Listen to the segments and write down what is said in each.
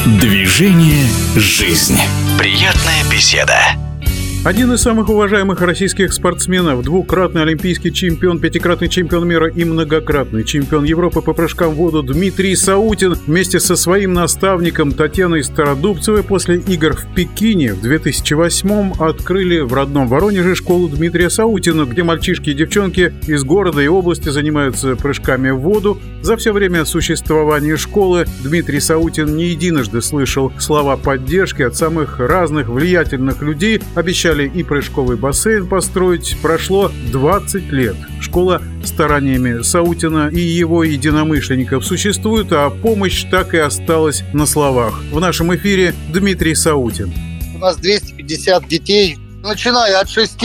Движение «Жизнь». Приятная беседа. Один из самых уважаемых российских спортсменов, двукратный олимпийский чемпион, пятикратный чемпион мира и многократный чемпион Европы по прыжкам в воду Дмитрий Саутин вместе со своим наставником Татьяной Стародубцевой после игр в Пекине в 2008-м открыли в родном Воронеже школу Дмитрия Саутина, где мальчишки и девчонки из города и области занимаются прыжками в воду. За все время существования школы Дмитрий Саутин не единожды слышал слова поддержки от самых разных влиятельных людей, обещали и прыжковый бассейн построить. Прошло 20 лет. Школа стараниями Саутина и его единомышленников существует, а помощь так и осталась на словах. В нашем эфире Дмитрий Саутин. У нас 250 детей, начиная от 6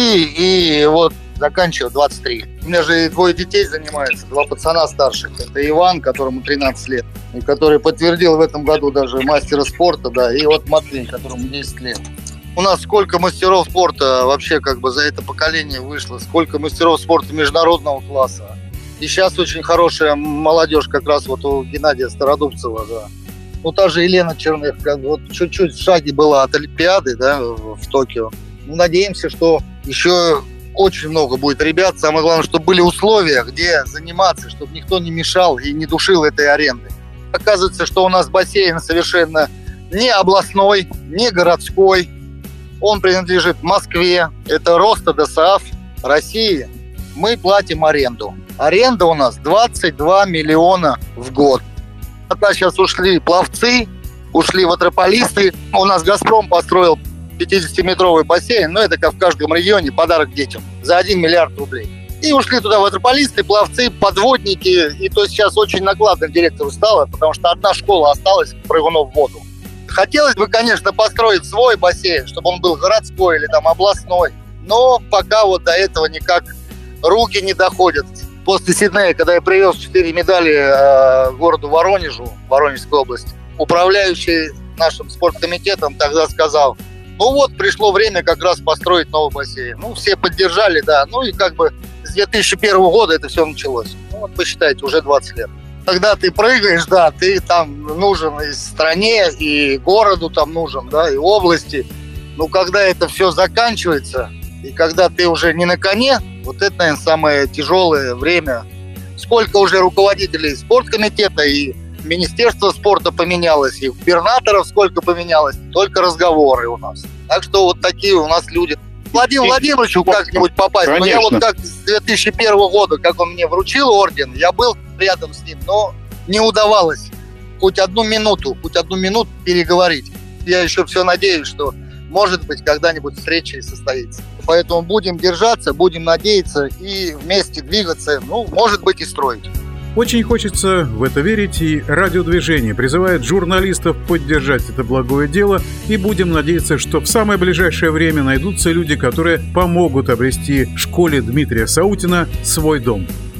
и вот заканчивая 23. У меня же двое детей занимаются, два пацана старших. Это Иван, которому 13 лет, и который подтвердил в этом году даже мастера спорта, да, и вот Матвей, которому 10 лет. У нас сколько мастеров спорта вообще за это поколение вышло, сколько мастеров спорта международного класса. И сейчас очень хорошая молодежь как раз вот у Геннадия Стародубцева, да. Ну, та же Елена Черных, вот чуть-чуть в шаге была от Олимпиады, да, в Токио. Мы надеемся, что еще очень много будет ребят. Самое главное, чтобы были условия, где заниматься, чтобы никто не мешал и не душил этой аренды. Оказывается, что у нас бассейн совершенно не областной, не городской. Он принадлежит Москве, это Роста ДОСААФ России. Мы платим аренду. Аренда у нас 22 миллиона в год. Сейчас ушли пловцы, ушли ватерполисты. У нас «Газпром» построил 50-метровый бассейн, но это как в каждом регионе подарок детям за 1 миллиард рублей. И ушли туда ватерполисты, пловцы, подводники. И то сейчас очень накладно директору стало, потому что одна школа осталась прыгунов в воду. Хотелось бы, конечно, построить свой бассейн, чтобы он был городской или там областной. Но пока вот до этого никак руки не доходят. После Сиднея, когда я привез 4 медали городу Воронежу, Воронежской области, управляющий нашим спорткомитетом тогда сказал: ну вот, пришло время как раз построить новый бассейн. Ну, все поддержали, да. Ну и с 2001 года это все началось. Ну вот, посчитайте, уже 20 лет. Когда ты прыгаешь, да, ты там нужен и стране, и городу там нужен, да, и области. Но когда это все заканчивается, и когда ты уже не на коне, вот это, наверное, самое тяжелое время. Сколько уже руководителей спорткомитета и Министерство спорта поменялось, и губернаторов сколько поменялось, только разговоры у нас. Так что вот такие у нас люди. Владимиру Владимировичу как-нибудь попасть. Конечно. Но я вот как с 2001 года, как он мне вручил орден, я был рядом с ним, но не удавалось хоть одну минуту переговорить. Я еще все надеюсь, что, может быть, когда-нибудь встреча и состоится. Поэтому будем держаться, будем надеяться и вместе двигаться, ну, может быть, и строить. Очень хочется в это верить, и радиодвижение призывает журналистов поддержать это благое дело, и будем надеяться, что в самое ближайшее время найдутся люди, которые помогут обрести школе Дмитрия Саутина свой дом.